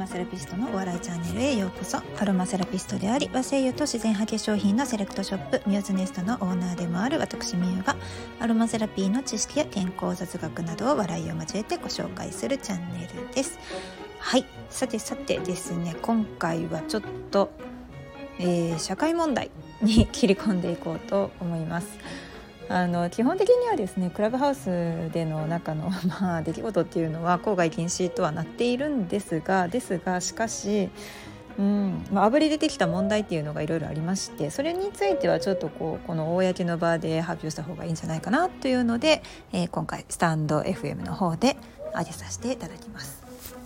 マセラピストのお笑いチャンネルへようこそ。アロマセラピストであり和精油と自然派化粧品のセレクトショップミューズネストのオーナーでもある私みゆがアロマセラピーの知識や健康雑学などを笑いを交えてご紹介するチャンネルです。はい、さてですね、今回はちょっと、社会問題に切り込んでいこうと思います。基本的にはですね、クラブハウスでの中の、出来事っていうのは口外禁止とはなっているんですがしかし、あぶり出てきた問題っていうのがいろいろありまして、それについてはちょっとこの公の場で発表した方がいいんじゃないかなというので、今回スタンド FM の方で上げさせていただきます。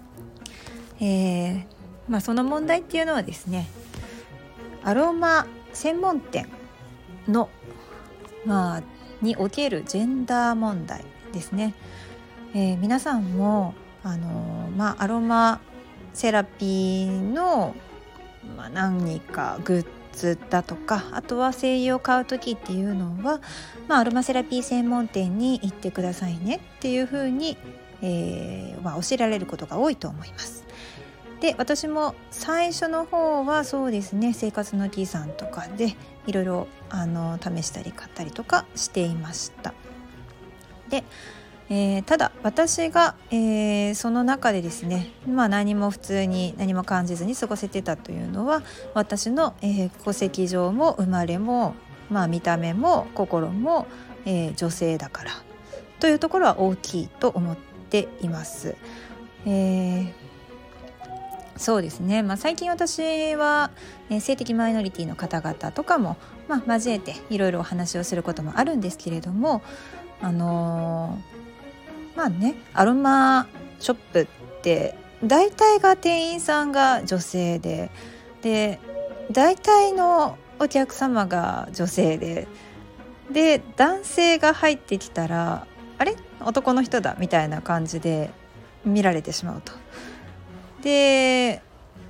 その問題っていうのはですね、アロマ専門店のにおけるジェンダー問題ですね。皆さんもアロマセラピーの、何かグッズだとか、あとは精油を買う時っていうのは、アロマセラピー専門店に行ってくださいねっていうふうに、教えられることが多いと思います。で、私も最初の方はそうですね、生活の木さんとかでいろいろ試したり買ったりとかしていました。で、ただ私が、その中でですね、何も普通に何も感じずに過ごせてたというのは、私の、戸籍上も生まれも、見た目も心も、女性だからというところは大きいと思っています。そうですね、最近私は、性的マイノリティの方々とかも、交えていろいろお話をすることもあるんですけれども、アロマショップって大体が店員さんが女性で大体のお客様が女性で男性が入ってきたらあれ男の人だみたいな感じで見られてしまうと。で、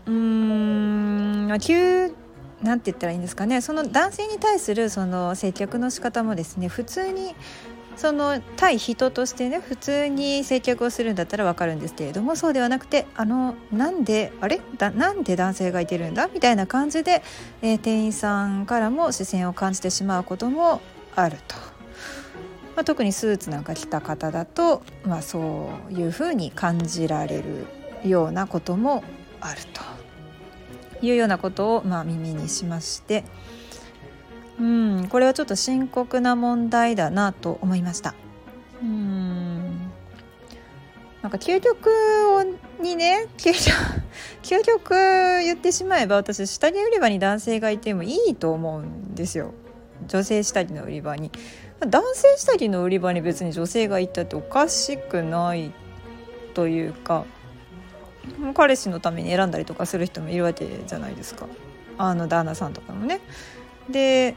なんて言ったらいいんですかね、その男性に対するその接客の仕方もですね、普通にその対人としてね、普通に接客をするんだったらわかるんですけれども、そうではなくてなんで男性がいてるんだみたいな感じで、店員さんからも視線を感じてしまうこともあると。特にスーツなんか着た方だと、そういうふうに感じられるようなこともあるというようなことを耳にしまして、これはちょっと深刻な問題だなと思いました。究極にね、究極言ってしまえば、私下着売り場に男性がいてもいいと思うんですよ。女性下着の売り場に、男性下着の売り場に別に女性がいたっておかしくないというか、彼氏のために選んだりとかする人もいるわけじゃないですか、旦那さんとかもね。で、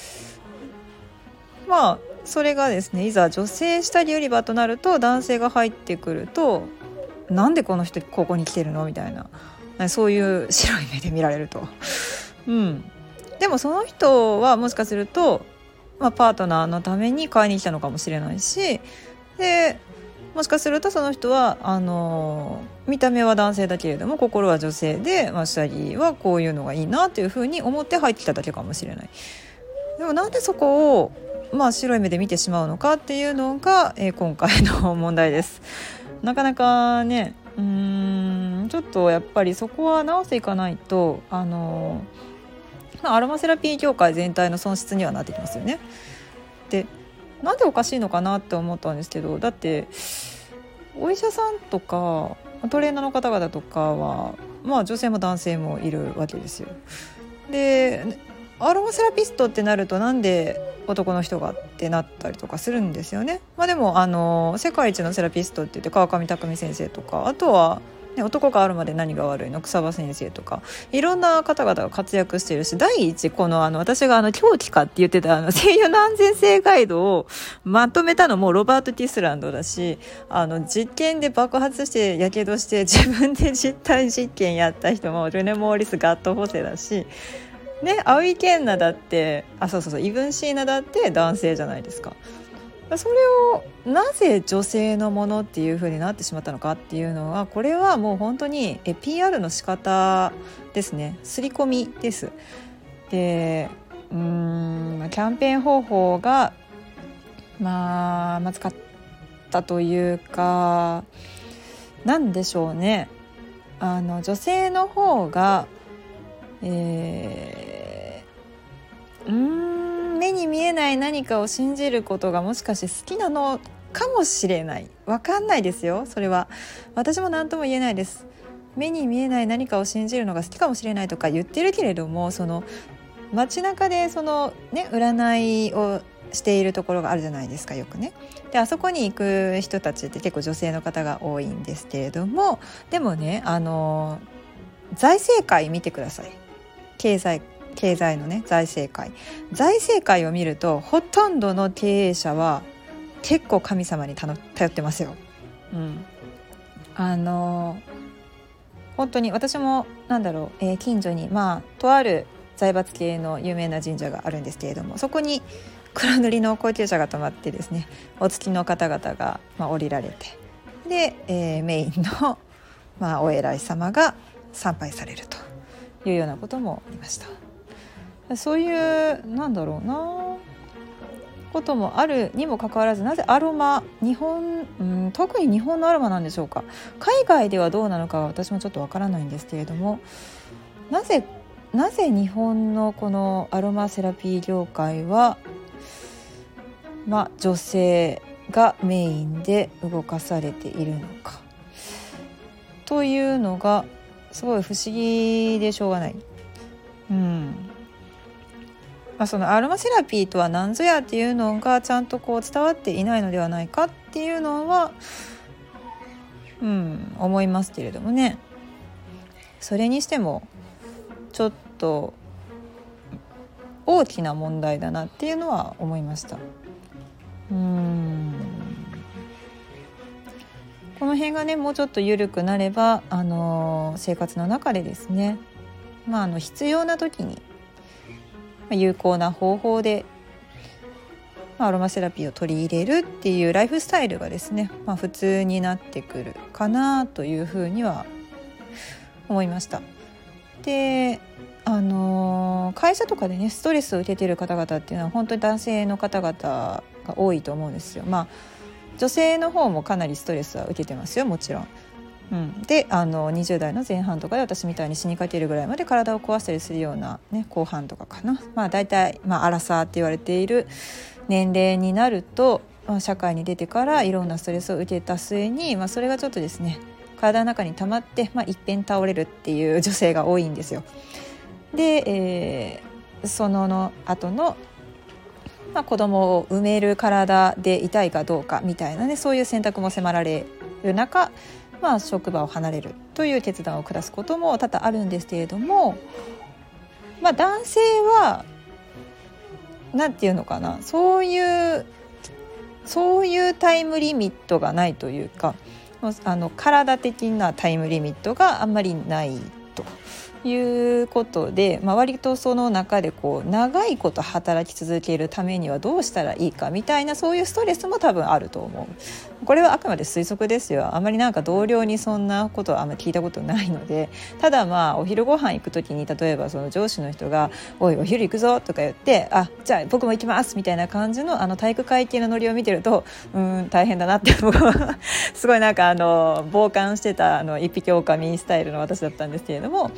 それがですね、いざ女性下着売り場となると、男性が入ってくると、なんでこの人ここに来てるのみたいな、そういう白い目で見られると。でもその人はもしかすると、パートナーのために買いに来たのかもしれないし、でもしかするとその人は見た目は男性だけれども心は女性で、下着はこういうのがいいなというふうに思って入ってきただけかもしれない。でもなんでそこを、白い目で見てしまうのかっていうのが、今回の問題です。なかなかね、ちょっとやっぱりそこは直していかないと、アロマセラピー業界全体の損失にはなってきますよね。で、なんでおかしいのかなって思ったんですけど、だってお医者さんとかトレーナーの方々とかは、女性も男性もいるわけですよ。で、アロマセラピストってなるとなんで男の人がってなったりとかするんですよね。でも世界一のセラピストって言って川上匠先生とか、あとは男があるまで何が悪いの草場先生とか、いろんな方々が活躍しているし、第一私が狂気かって言ってた声優の安全性ガイドをまとめたのもロバート・ティスランドだし、実験で爆発してやけどして自分で実体実験やった人もルネ・モーリス・ガット・ホセだしね、青井健奈だってイブン・シーナだって男性じゃないですか。 それをなぜ女性のものっていう風になってしまったのかっていうのは、これはもう本当にPR の仕方ですね。刷り込みです。で、キャンペーン方法がまずかったというか、なんでしょうね、女性の方が、目に見えない何かを信じることがもしかして好きなのかもしれない。わかんないですよ。それは私も何とも言えないです。目に見えない何かを信じるのが好きかもしれないとか言ってるけれども、その街中で占いをしているところがあるじゃないですか、よくね。であそこに行く人たちって結構女性の方が多いんですけれども、でもね、財政界見てください。経済のね、財政界を見ると、ほとんどの経営者は結構神様に頼ってますよ。本当に私も近所にとある財閥系の有名な神社があるんですけれども、そこに黒塗りの高級車が止まってですね、お付きの方々が降りられて、で、メインの、お偉い様が参拝されるというようなこともありました。そういうこともあるにもかかわらず、なぜアロマ特に日本のアロマなんでしょうか。海外ではどうなのかは私もちょっとわからないんですけれども、なぜ日本のこのアロマセラピー業界は、女性がメインで動かされているのかというのがすごい不思議でしょうがない。そのアロマセラピーとは何ぞやっていうのがちゃんと伝わっていないのではないかっていうのは、思いますけれどもね。それにしてもちょっと大きな問題だなっていうのは思いました。この辺がね、もうちょっと緩くなれば、生活の中でですね、必要な時に有効な方法で、アロマセラピーを取り入れるっていうライフスタイルがですね、普通になってくるかなというふうには思いました。で、会社とかでね、ストレスを受けている方々っていうのは本当に男性の方々が多いと思うんですよ。女性の方もかなりストレスは受けてますよ、もちろん。で20代の前半とかで私みたいに死にかけるぐらいまで体を壊したりするような、後半とかかな、だいたいアラサーって言われている年齢になると、社会に出てからいろんなストレスを受けた末に、それがちょっとですね、体の中に溜まって、いっぺん倒れるっていう女性が多いんですよ。で、その後の、子供を産める体でいたいかどうかみたいなね、そういう選択も迫られる中、職場を離れるという決断を下すことも多々あるんですけれども、男性はなんていうのかな、そういうタイムリミットがないというか、体的なタイムリミットがあんまりないということで、割とその中で長いこと働き続けるためにはどうしたらいいかみたいな、そういうストレスも多分あると思う。これはあくまで推測ですよ。あまり同僚にそんなことはあんまり聞いたことないので、ただお昼ご飯行くときに、例えばその上司の人がおいお昼行くぞとか言って、じゃあ僕も行きますみたいな感じの体育会系のノリを見てると、大変だなって僕はすごい傍観してた一匹狼スタイルの私だったんですけれども、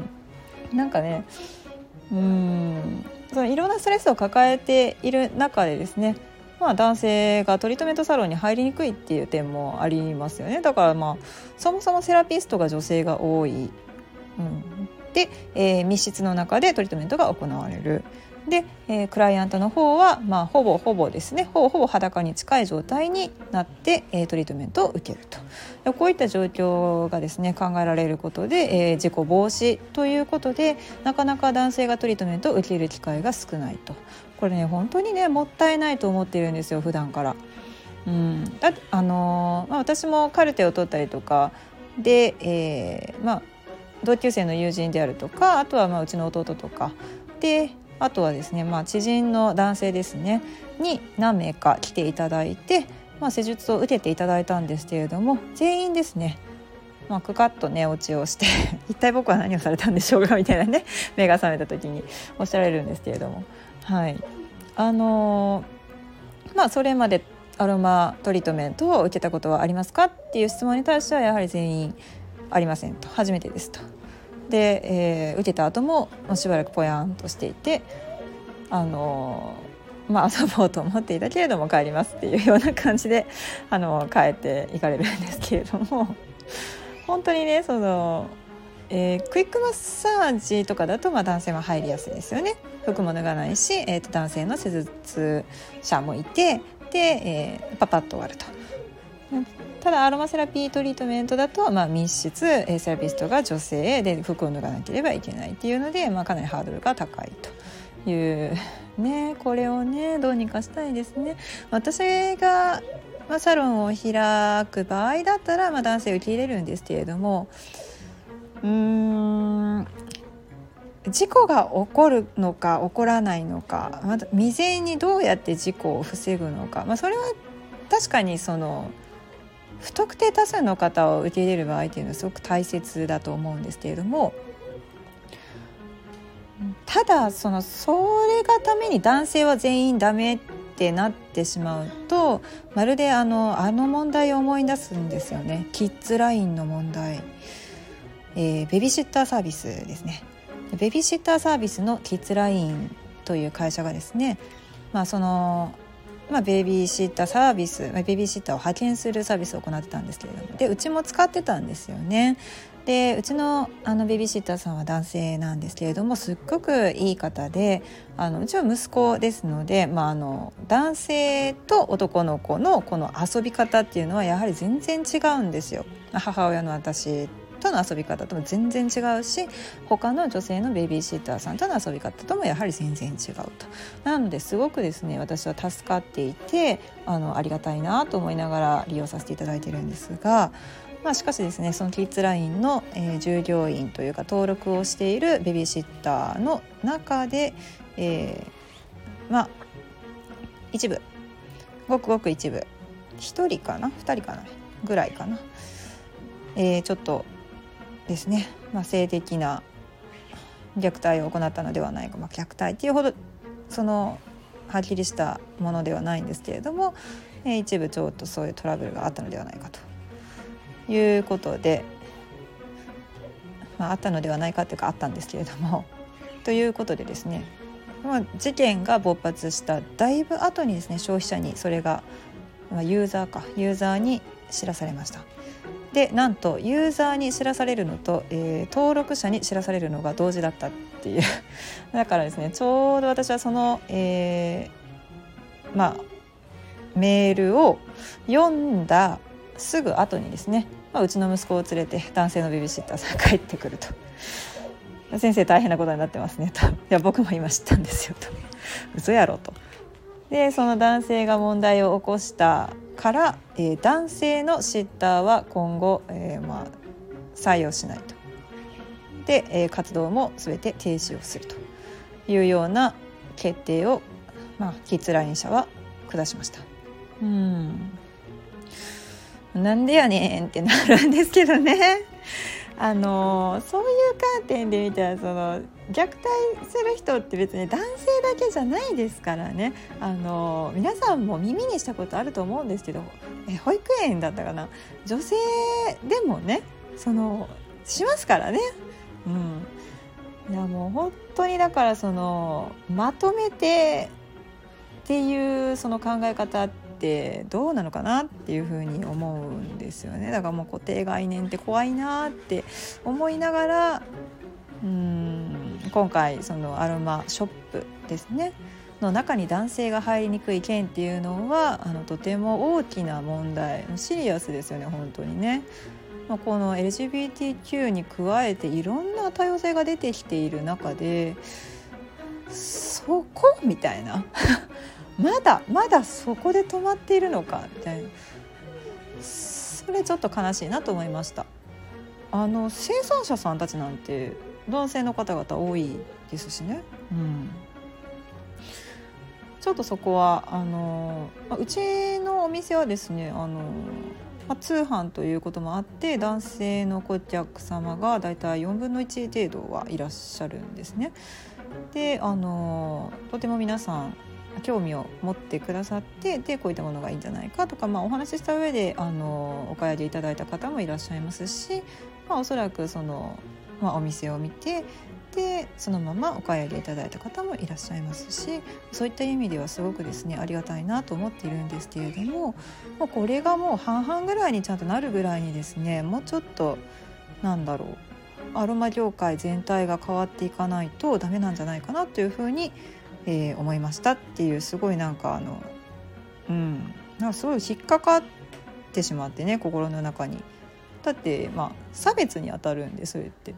そのいろんなストレスを抱えている中でですね、男性がトリートメントサロンに入りにくいっていう点もありますよね。だからそもそもセラピストが女性が多い、で、密室の中でトリートメントが行われる。で、クライアントの方は、ほぼですね、ほぼ裸に近い状態になって、トリートメントを受けると。こういった状況がですね、考えられることで、事故防止ということで、なかなか男性がトリートメントを受ける機会が少ないと。これね、本当にね、もったいないと思っているんですよ、普段から。私もカルテを取ったりとかで、同級生の友人であるとか、あとはうちの弟とかであとはですね、知人の男性ですねに何名か来ていただいて、施術を受けていただいたんですけれども、全員ですね、クカッと寝落ちをして一体僕は何をされたんでしょうかみたいなね、目が覚めた時におっしゃられるんですけれども、はい、それまでアロマトリートメントを受けたことはありますかっていう質問に対してはやはり全員ありませんと、初めてですと。で、受けた後もしばらくぽやんとしていて、遊ぼうと思っていたけれども帰りますっていうような感じで帰っていかれるんですけれども、本当にねクイックマッサージとかだと男性は入りやすいですよね。服も脱がないし、男性の施術者もいて、で、パパッと終わると。ただアロマセラピートリートメントだと、密室、セラピストが女性で服を脱がなければいけないっていうので、かなりハードルが高いというね、これをねどうにかしたいですね。私が、サロンを開く場合だったら、男性を受け入れるんですけれども、事故が起こるのか起こらないのか、未然にどうやって事故を防ぐのか、それは確かに不特定多数の方を受け入れる場合っていうのはすごく大切だと思うんですけれども、ただそれがために男性は全員ダメってなってしまうと、まるであの問題を思い出すんですよね。キッズラインの問題、ベビーシッターサービスですね。ベビーシッターサービスのキッズラインという会社がですね、ベビーシッターサービス、ベビーシッターを派遣するサービスを行ってたんですけれども、でうちも使ってたんですよね。でうちのベビーシッターさんは男性なんですけれども、すっごくいい方で、うちは息子ですので、男性と男の子のこの遊び方っていうのはやはり全然違うんですよ。母親の私との遊び方とも全然違うし、他の女性のベビーシッターさんとの遊び方ともやはり全然違うと。なのですごくですね、私は助かっていてありがたいなと思いながら利用させていただいているんですが、しかしですね、そのキッズラインの、従業員というか登録をしているベビーシッターの中で、一部、ごくごく一部、1人かな2人かなぐらいかな、ちょっとですね、性的な虐待を行ったのではないか、虐待っていうほどはっきりしたものではないんですけれども、一部ちょっとそういうトラブルがあったのではないかということで、あったのではないかというかあったんですけれどもということでですね、事件が勃発しただいぶ後にですね、消費者にそれが、ユーザーに知らされました。でなんとユーザーに知らされるのと、登録者に知らされるのが同時だったっていうだからですね、ちょうど私はその、メールを読んだすぐ後にですね、うちの息子を連れて男性のベビーシッターさんが帰ってくると、先生大変なことになってますねと、いや僕も今知ったんですよと、嘘やろと。でその男性が問題を起こしたから、男性のシッターは今後、採用しないと。で、活動も全て停止をするというような決定を、キッズライン社は下しました。なんでやねんってなるんですけどね。そういう観点で見たら虐待する人って別に男性だけじゃないですからね。皆さんも耳にしたことあると思うんですけど、保育園だったかな、女性でもねしますからね。いやもう本当にだからまとめてっていうその考え方ってどうなのかなっていうふうに思うんですよね。だからもう固定概念って怖いなって思いながら、今回アロマショップですねの中に男性が入りにくい件っていうのはとても大きな問題、シリアスですよね本当にね。この LGBTQ に加えていろんな多様性が出てきている中で、そこみたいなまだそこで止まっているのかみたいな、それちょっと悲しいなと思いました。生産者さんたちなんて男性の方々多いですしね。 ちょっとそこはうちのお店はですね通販ということもあって男性の顧客様がだいたい4分の1程度はいらっしゃるんですね。でとても皆さん興味を持ってくださって、でこういったものがいいんじゃないかとか、お話しした上でお買い上げいただいた方もいらっしゃいますし、おそらくその、お店を見てでそのままお買い上げいただいた方もいらっしゃいますし、そういった意味ではすごくですねありがたいなと思っているんですけれども、もうこれがもう半々ぐらいにちゃんとなるぐらいにですね、もうちょっとアロマ業界全体が変わっていかないとダメなんじゃないかなというふうに、思いましたっていう、すごいなんかすごい引っかかってしまってね、心の中に。だって差別に当たるんで、それって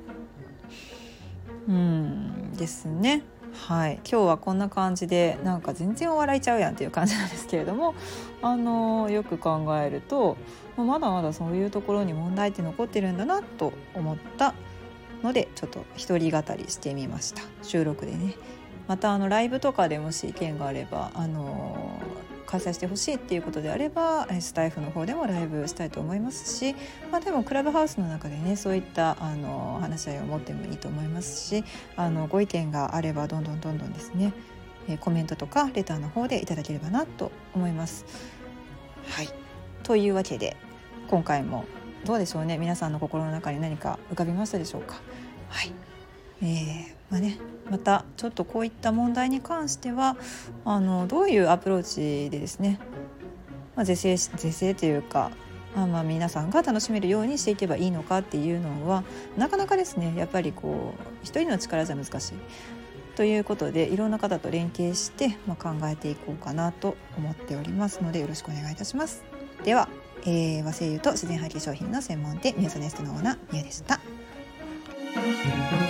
ですね。はい、今日はこんな感じでなんか全然笑えちゃうやんっていう感じなんですけれども、よく考えるとまだまだそういうところに問題って残ってるんだなと思ったので、ちょっと一人語りしてみました、収録でね。またライブとかでもし意見があれば開催してほしいっていうことであればスタイフの方でもライブしたいと思いますし、でもクラブハウスの中でねそういった話し合いを持ってもいいと思いますし、ご意見があればどんどんですね、コメントとかレターの方でいただければなと思います。はい、というわけで今回もどうでしょうね、皆さんの心の中に何か浮かびましたでしょうか。はい、またちょっとこういった問題に関してはどういうアプローチでですね、是正というか、皆さんが楽しめるようにしていけばいいのかっていうのはなかなかですね、やっぱり一人の力じゃ難しいということで、いろんな方と連携して、考えていこうかなと思っておりますので、よろしくお願いいたします。では、和製油と自然廃棄商品の専門店ミューズネストのオーナーミュでした。